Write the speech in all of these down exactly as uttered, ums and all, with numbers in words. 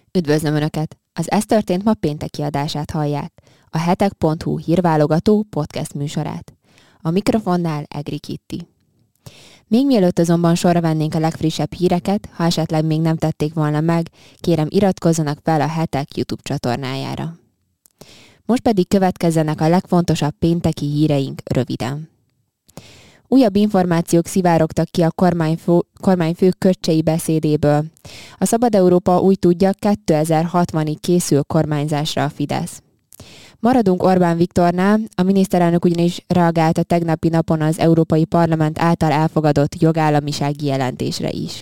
Üdvözlöm Önöket! Az Ez történt ma pénteki adását hallják, a hetek pont hu hírválogató podcast műsorát. A mikrofonnál Egri Kitti. Még mielőtt azonban sorra vennénk a legfrissebb híreket, ha esetleg még nem tették volna meg, kérem iratkozzanak fel a Hetek YouTube csatornájára. Most pedig következzenek a legfontosabb pénteki híreink röviden. Újabb információk szivárogtak ki a kormányfő, kormányfő Köccsei beszédéből. A Szabad Európa úgy tudja, kétezer-hatvanig készül kormányzásra a Fidesz. Maradunk Orbán Viktornál, a miniszterelnök ugyanis reagált a tegnapi napon az Európai Parlament által elfogadott jogállamisági jelentésre is.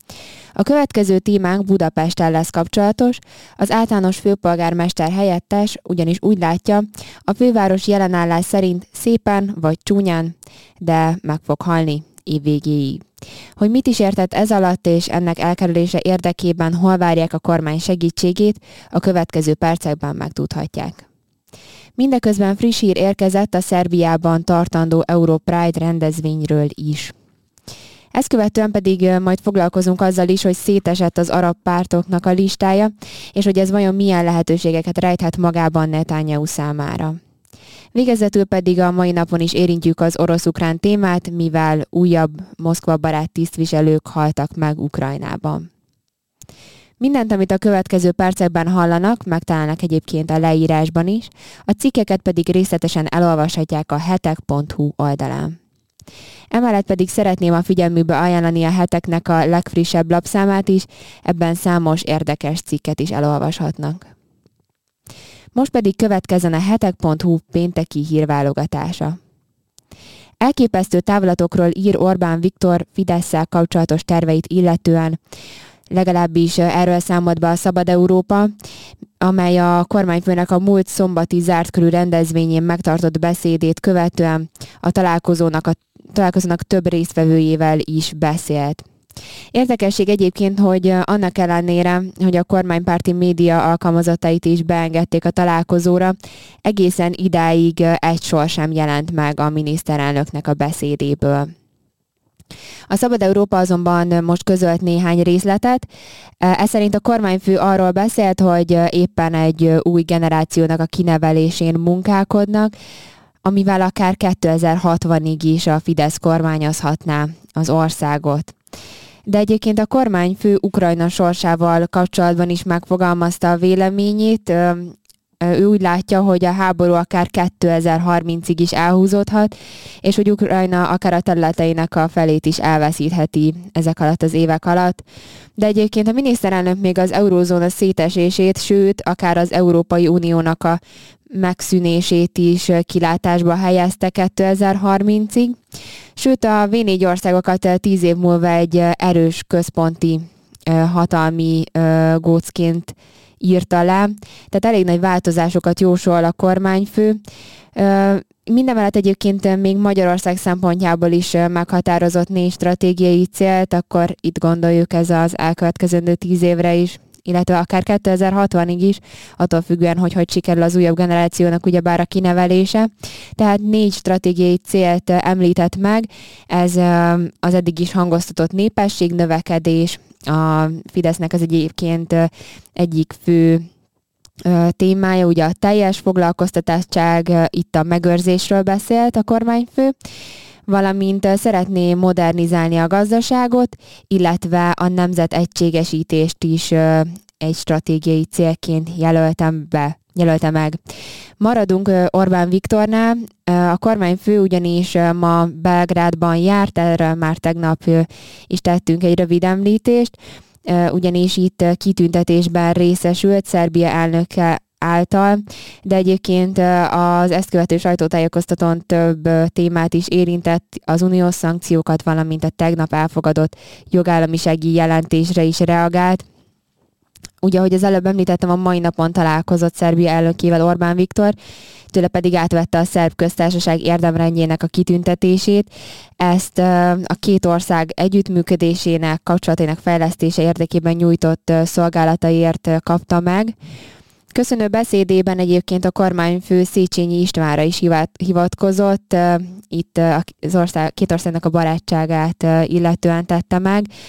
A következő témánk Budapesttel lesz kapcsolatos, az általános főpolgármester helyettes ugyanis úgy látja, a főváros jelenállás szerint szépen vagy csúnyán, de meg fog halni év végéig. Hogy mit is értett ez alatt és ennek elkerülése érdekében hol várják a kormány segítségét, a következő percekben megtudhatják. Mindeközben friss hír érkezett a Szerbiában tartandó Europride rendezvényről is. Ezt követően pedig majd foglalkozunk azzal is, hogy szétesett az arab pártoknak a listája, és hogy ez vajon milyen lehetőségeket rejthet magában Netanyahu számára. Végezetül pedig a mai napon is érintjük az orosz-ukrán témát, mivel újabb Moszkva barát tisztviselők haltak meg Ukrajnában. Mindent, amit a következő percekben hallanak, megtalálnak egyébként a leírásban is, a cikkeket pedig részletesen elolvashatják a hetek pont hu oldalán. Emellett pedig szeretném a figyelmükbe ajánlani a heteknek a legfrissebb lapszámát is, ebben számos érdekes cikket is elolvashatnak. Most pedig következzen a hetek pont hu pénteki hírválogatása. Elképesztő távlatokról ír Orbán Viktor Fidesszel kapcsolatos terveit illetően, legalábbis erről számolt be a Szabad Európa, amely a kormányfőnek a múlt szombati zárt körű rendezvényén megtartott beszédét követően a találkozónak, a találkozónak több résztvevőjével is beszélt. Érdekesség egyébként, hogy annak ellenére, hogy a kormánypárti média alkalmazottait is beengedték a találkozóra, egészen idáig egy sor sem jelent meg a miniszterelnöknek a beszédéből. A Szabad Európa azonban most közölt néhány részletet. Ez szerint a kormányfő arról beszélt, hogy éppen egy új generációnak a kinevelésén munkálkodnak, amivel akár kétezer-hatvanig is a Fidesz kormányozhatná az országot. De egyébként a kormányfő Ukrajna sorsával kapcsolatban is megfogalmazta a véleményét. Ő úgy látja, hogy a háború akár kétezer-harmincig is elhúzódhat, és hogy Ukrajna akár a területeinek a felét is elveszítheti ezek alatt az évek alatt. De egyébként a miniszterelnök még az eurózóna szétesését, sőt, akár az Európai Uniónak a megszűnését is kilátásba helyezte kétezer-harmincig. Sőt, a vé négy országokat tíz év múlva egy erős központi hatalmi gócként írta le, tehát elég nagy változásokat jósol a kormányfő. Mindemellett egyébként még Magyarország szempontjából is meghatározott négy stratégiai célt, akkor itt gondoljuk ez az elkövetkezendő tíz évre is, illetve akár kétezer-hatvanig is, attól függően, hogy hogy sikerül az újabb generációnak ugyebár a kinevelése. Tehát négy stratégiai célt említett meg, ez az eddig is hangoztatott népességnövekedés, a Fidesznek az egyébként egyik fő témája, ugye a teljes foglalkoztatottság, itt a megőrzésről beszélt a kormányfő, valamint szeretné modernizálni a gazdaságot, illetve a nemzet egységesítést is egy stratégiai célként jelöltem be, jelölte meg. Maradunk Orbán Viktornál, a kormányfő ugyanis ma Belgrádban járt, erről már tegnap is tettünk egy rövid említést, ugyanis itt kitüntetésben részesült Szerbia elnöke által, de egyébként az ezt követő sajtótájékoztatón több témát is érintett, az uniós szankciókat, valamint a tegnap elfogadott jogállamisági jelentésre is reagált. Ugye, ahogy az előbb említettem, a mai napon találkozott Szerbia elnökével Orbán Viktor, tőle pedig átvette a szerb köztársaság érdemrendjének a kitüntetését. Ezt a két ország együttműködésének, kapcsolatének fejlesztése érdekében nyújtott szolgálataiért kapta meg. Köszönő beszédében egyébként a kormányfő Széchenyi Istvánra is hivatkozott, itt az ország, két országnak a barátságát illetően tette meg.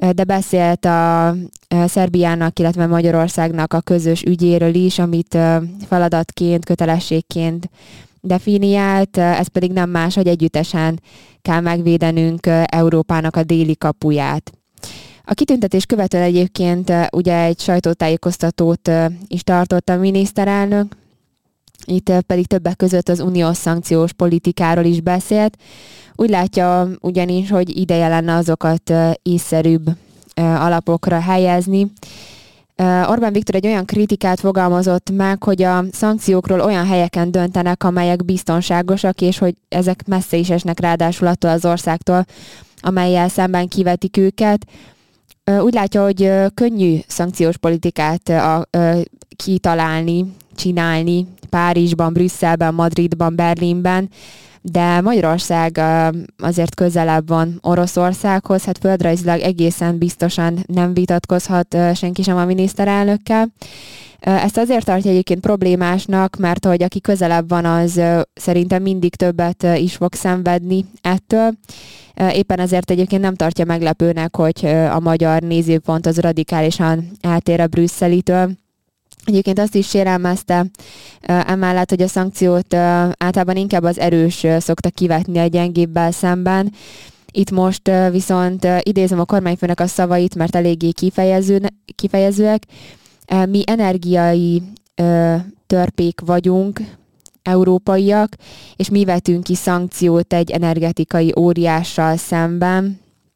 de beszélt a Szerbiának, illetve Magyarországnak a közös ügyéről is, amit feladatként, kötelességként definiált, ez pedig nem más, hogy együttesen kell megvédenünk Európának a déli kapuját. A kitüntetés követően egyébként ugye egy sajtótájékoztatót is tartott a miniszterelnök, itt pedig többek között az uniós szankciós politikáról is beszélt. Úgy látja ugyanis, hogy ideje lenne azokat észszerűbb alapokra helyezni. Orbán Viktor egy olyan kritikát fogalmazott meg, hogy a szankciókról olyan helyeken döntenek, amelyek biztonságosak, és hogy ezek messze is esnek ráadásul attól az országtól, amellyel szemben kivetik őket. Úgy látja, hogy könnyű szankciós politikát kitalálni, csinálni Párizsban, Brüsszelben, Madridban, Berlinben, de Magyarország azért közelebb van Oroszországhoz, hát földrajzilag egészen biztosan nem vitatkozhat senki sem a miniszterelnökkel. Ezt azért tartja egyébként problémásnak, mert hogy aki közelebb van, az szerintem mindig többet is fog szenvedni ettől. Éppen ezért egyébként nem tartja meglepőnek, hogy a magyar nézőpont az radikálisan eltér a brüsszelitől. Egyébként azt is sérelmezte emellett, hogy a szankciót általában inkább az erős szokta kivetni a gyengébbel szemben. Itt most viszont idézem a kormányfőnek a szavait, mert eléggé kifejező, kifejezőek. Mi energiai törpék vagyunk, európaiak, és mi vetünk ki szankciót egy energetikai óriással szemben.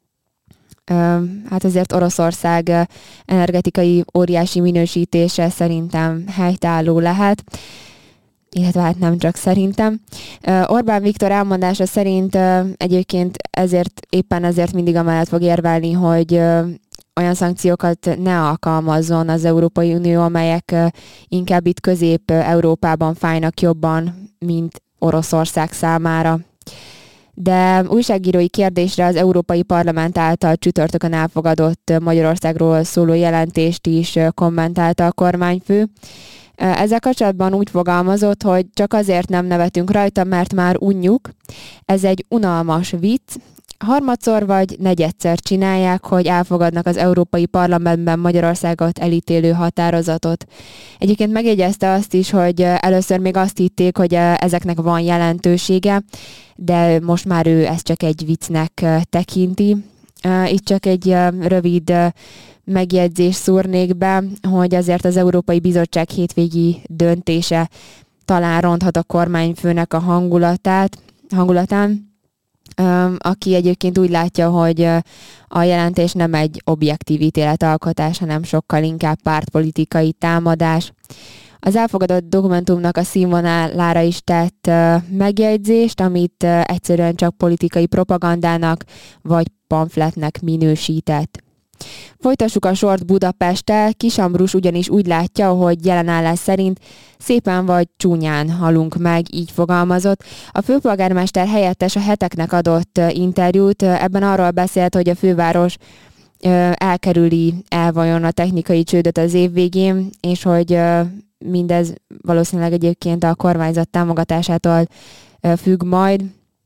Hát ezért Oroszország energetikai óriási minősítése szerintem helytálló lehet, illetve hát nem csak szerintem. Orbán Viktor elmondása szerint egyébként ezért, éppen ezért mindig amellett fog érvelni, hogy olyan szankciókat ne alkalmazzon az Európai Unió, amelyek inkább itt Közép-Európában fájnak jobban, mint Oroszország számára. De újságírói kérdésre az Európai Parlament által csütörtökön elfogadott Magyarországról szóló jelentést is kommentálta a kormányfő. Ezzel kapcsolatban úgy fogalmazott, hogy csak azért nem nevetünk rajta, mert már unjuk. Ez egy unalmas vicc. Harmadszor vagy negyedszer csinálják, hogy elfogadnak az Európai Parlamentben Magyarországot elítélő határozatot. Egyébként megjegyezte azt is, hogy először még azt hitték, hogy ezeknek van jelentősége, de most már ő ezt csak egy viccnek tekinti. Itt csak egy rövid megjegyzés szúrnék be, hogy azért az Európai Bizottság hétvégi döntése talán ronthat a kormányfőnek a hangulatát, hangulatán, aki egyébként úgy látja, hogy a jelentés nem egy objektív ítéletalkotás, hanem sokkal inkább pártpolitikai támadás. Az elfogadott dokumentumnak a színvonalára is tett megjegyzést, amit egyszerűen csak politikai propagandának vagy pamfletnek minősített. Folytassuk a sort Budapesttel. Kis Ambrus ugyanis úgy látja, hogy jelenállás szerint szépen vagy csúnyán halunk meg, így fogalmazott. A főpolgármester helyettes a Heteknek adott interjút, ebben arról beszélt, hogy a főváros elkerüli el vajon a technikai csődöt az év végén, és hogy mindez valószínűleg egyébként a kormányzat támogatásától függ majd.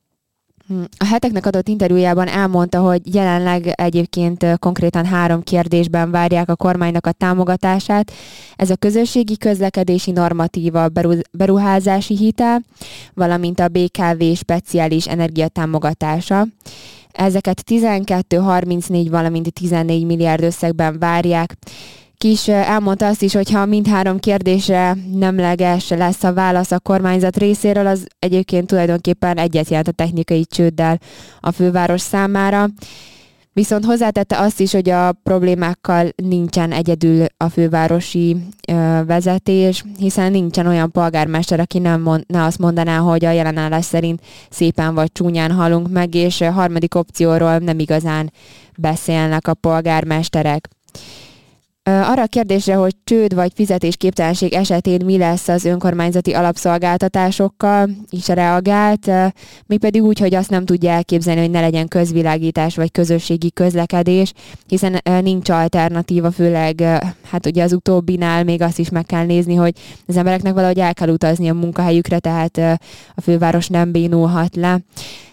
A Heteknek adott interjújában elmondta, hogy jelenleg egyébként konkrétan három kérdésben várják a kormánynak a támogatását. Ez a közösségi közlekedési normatíva, beruházási hitel, valamint a bé ká vé speciális energiatámogatása. Ezeket tizenkettő, harmincnégy, valamint tizennégy milliárd összegben várják. Kis elmondta azt is, hogy ha mindhárom kérdésre nemleges lesz a válasz a kormányzat részéről, az egyébként tulajdonképpen egyet jelent a technikai csőddel a főváros számára. Viszont hozzátette azt is, hogy a problémákkal nincsen egyedül a fővárosi ö, vezetés, hiszen nincsen olyan polgármester, aki nem mond, ne azt mondaná, hogy a jelenállás szerint szépen vagy csúnyán halunk meg, és a harmadik opcióról nem igazán beszélnek a polgármesterek. Arra a kérdésre, hogy csőd vagy fizetésképtelenség esetén mi lesz az önkormányzati alapszolgáltatásokkal, is reagált, mégpedig úgy, hogy azt nem tudja elképzelni, hogy ne legyen közvilágítás vagy közösségi közlekedés, hiszen nincs alternatíva, főleg hát ugye az utóbbinál még azt is meg kell nézni, hogy az embereknek valahogy el kell utazni a munkahelyükre, tehát a főváros nem bénulhat le.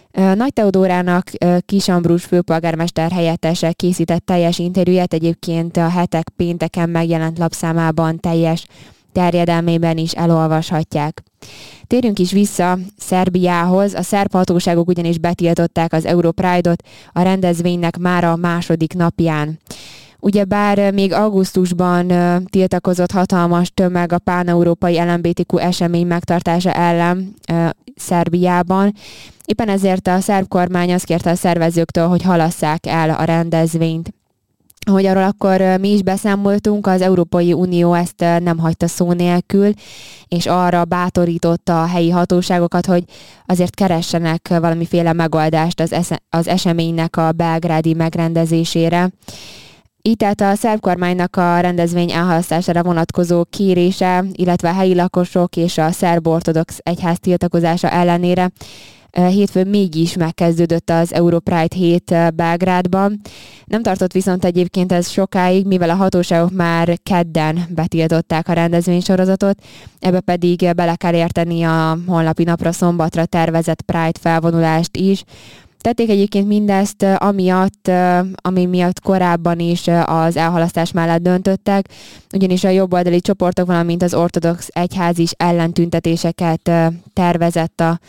Nagy Teodórának Kis Ambrus főpolgármester helyettese készített teljes interjúját, egyébként a Hetek pénteken megjelent lapszámában teljes terjedelmében is elolvashatják. Térjünk is vissza Szerbiához. A szerb hatóságok ugyanis betiltották az Europride-ot a rendezvénynek már a második napján. Ugyebár még augusztusban tiltakozott hatalmas tömeg a pán-európai el em bé té kú esemény megtartása ellen Szerbiában. Éppen ezért a szerb kormány azt kérte a szervezőktől, hogy halasszák el a rendezvényt. Ahogy arról akkor mi is beszámoltunk, az Európai Unió ezt nem hagyta szó nélkül, és arra bátorította a helyi hatóságokat, hogy azért keressenek valamiféle megoldást az, es- az eseménynek a belgrádi megrendezésére. Így tehát a szerb kormánynak a rendezvény elhalasztására vonatkozó kérése, illetve a helyi lakosok és a szerb ortodox egyház tiltakozása ellenére hétfőn mégis megkezdődött az Europride hét Belgrádban. Nem tartott viszont egyébként ez sokáig, mivel a hatóságok már kedden betiltották a rendezvénysorozatot, ebbe pedig bele kell érteni a holnapi napra, szombatra tervezett Pride felvonulást is. Tették egyébként mindezt amiatt, ami miatt korábban is az elhalasztás mellett döntöttek, ugyanis a jobboldali csoportok, valamint az ortodox egyház is ellentüntetéseket tervezett a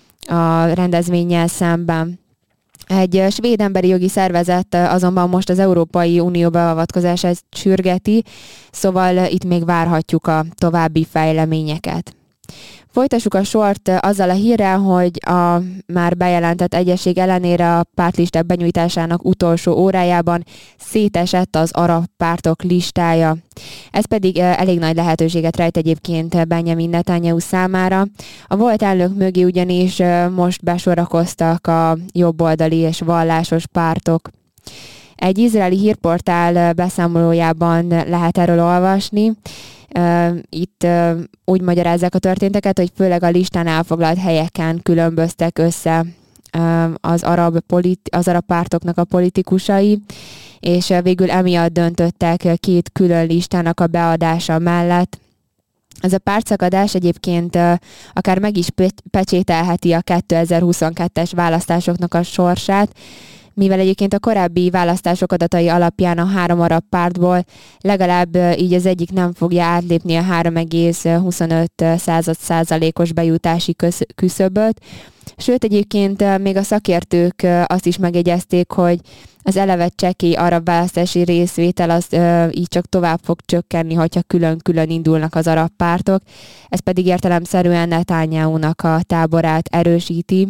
a rendezvénnyel szemben. Egy svéd emberi jogi szervezet azonban most az Európai Unió beavatkozását sürgeti, szóval itt még várhatjuk a további fejleményeket. Folytassuk a sort azzal a hírrel, hogy a már bejelentett egyesség ellenére a pártlisták benyújtásának utolsó órájában szétesett az arab pártok listája. Ez pedig elég nagy lehetőséget rejt egyébként Benjamin Netanyahu számára. A volt elnök mögé ugyanis most besorakoztak a jobboldali és vallásos pártok. Egy izraeli hírportál beszámolójában lehet erről olvasni. Itt úgy magyarázzák a történteket, hogy főleg a listán elfoglalt helyeken különböztek össze az arab, politi- az arab pártoknak a politikusai, és végül emiatt döntöttek két külön listának a beadása mellett. Ez a pártszakadás egyébként akár meg is pecsételheti a kétezer-huszonkettes választásoknak a sorsát, mivel egyébként a korábbi választások adatai alapján a három arab pártból legalább így az egyik nem fogja átlépni a három egész huszonöt százalékos bejutási küszöböt. Sőt, egyébként még a szakértők azt is megjegyezték, hogy az eleve csekély arab választási részvétel az így csak tovább fog csökkenni, hogyha külön-külön indulnak az arab pártok. Ez pedig értelemszerűen Netanyahunak a táborát erősíti.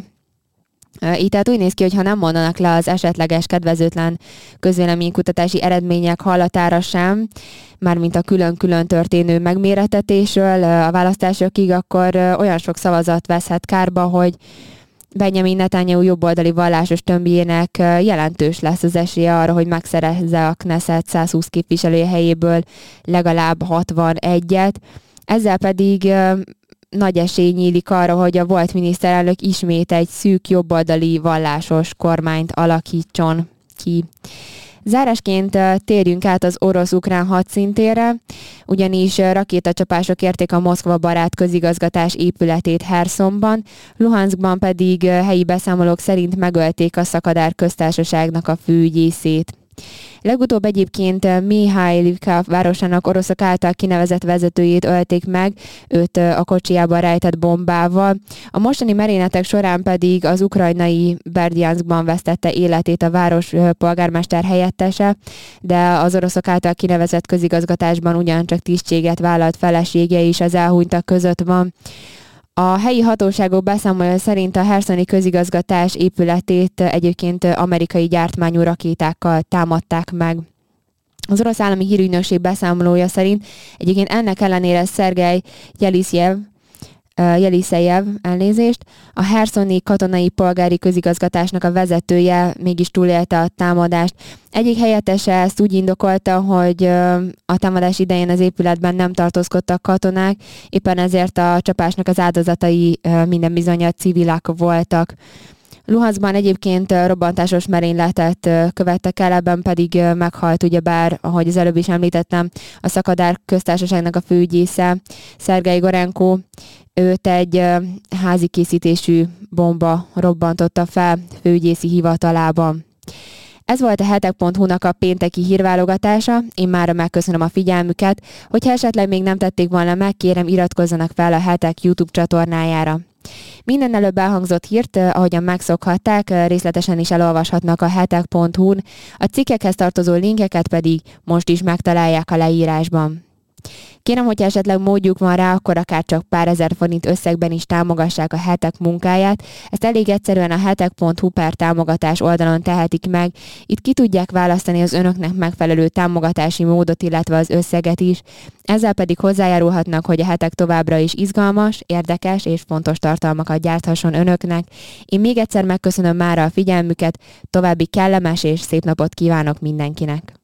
Így tehát úgy néz ki, hogy ha nem mondanak le az esetleges kedvezőtlen közvéleménykutatási eredmények hallatára sem, mármint a külön-külön történő megméretetésről a választásokig, akkor olyan sok szavazat veszhet kárba, hogy Benjamin Netanyahu jobboldali vallásos tömbjének jelentős lesz az esélye arra, hogy megszerezze a Knesset százhúsz képviselője helyéből legalább hatvanegyet. Ezzel pedig nagy esély nyílik arra, hogy a volt miniszterelnök ismét egy szűk jobboldali vallásos kormányt alakítson ki. Zárásként térjünk át az orosz-ukrán hadszintére, ugyanis rakétacsapások érték a Moszkva barát közigazgatás épületét Hersonban, Luhanskban pedig helyi beszámolók szerint megölték a Szakadár köztársaságnak a főügyészét. Legutóbb egyébként Mihailivka városának oroszok által kinevezett vezetőjét ölték meg, őt a kocsiában rejtett bombával. A mostani merényletek során pedig az ukrajnai Berdyanskban vesztette életét a város polgármester helyettese, de az oroszok által kinevezett közigazgatásban ugyancsak tisztséget vállalt felesége is az elhunytak között van. A helyi hatóságok beszámolója szerint a herszoni közigazgatás épületét egyébként amerikai gyártmányú rakétákkal támadták meg. Az orosz állami hírügynökség beszámolója szerint egyébként ennek ellenére Szergej Jeliszjev, Jeliszejev elnézést, a herszoni katonai polgári közigazgatásnak a vezetője mégis túlélte a támadást. Egyik helyettese ezt úgy indokolta, hogy a támadás idején az épületben nem tartózkodtak katonák, éppen ezért a csapásnak az áldozatai minden bizonnyal civilek voltak. Luhanszkban egyébként robbantásos merényletet követtek el, ebben pedig meghalt ugyebár, ahogy az előbb is említettem, a Szakadár köztársaságnak a főügyésze, Szergej Gorenko. Őt egy házi készítésű bomba robbantotta fel főügyészi hivatalában. Ez volt a hetek pont hu-nak a pénteki hírválogatása, én mára megköszönöm a figyelmüket, hogyha esetleg még nem tették volna meg, kérem iratkozzanak fel a Hetek YouTube csatornájára. Minden előbb elhangzott hírt, ahogyan megszokhatták, részletesen is elolvashatnak a hetek pont hu-n, a cikkekhez tartozó linkeket pedig most is megtalálják a leírásban. Kérem, hogyha esetleg módjuk van rá, akkor akár csak pár ezer forint összegben is támogassák a Hetek munkáját. Ezt elég egyszerűen a hetek pont hu per támogatás oldalon tehetik meg. Itt ki tudják választani az önöknek megfelelő támogatási módot, illetve az összeget is. Ezzel pedig hozzájárulhatnak, hogy a Hetek továbbra is izgalmas, érdekes és fontos tartalmakat gyárthasson önöknek. Én még egyszer megköszönöm mára a figyelmüket, további kellemes és szép napot kívánok mindenkinek!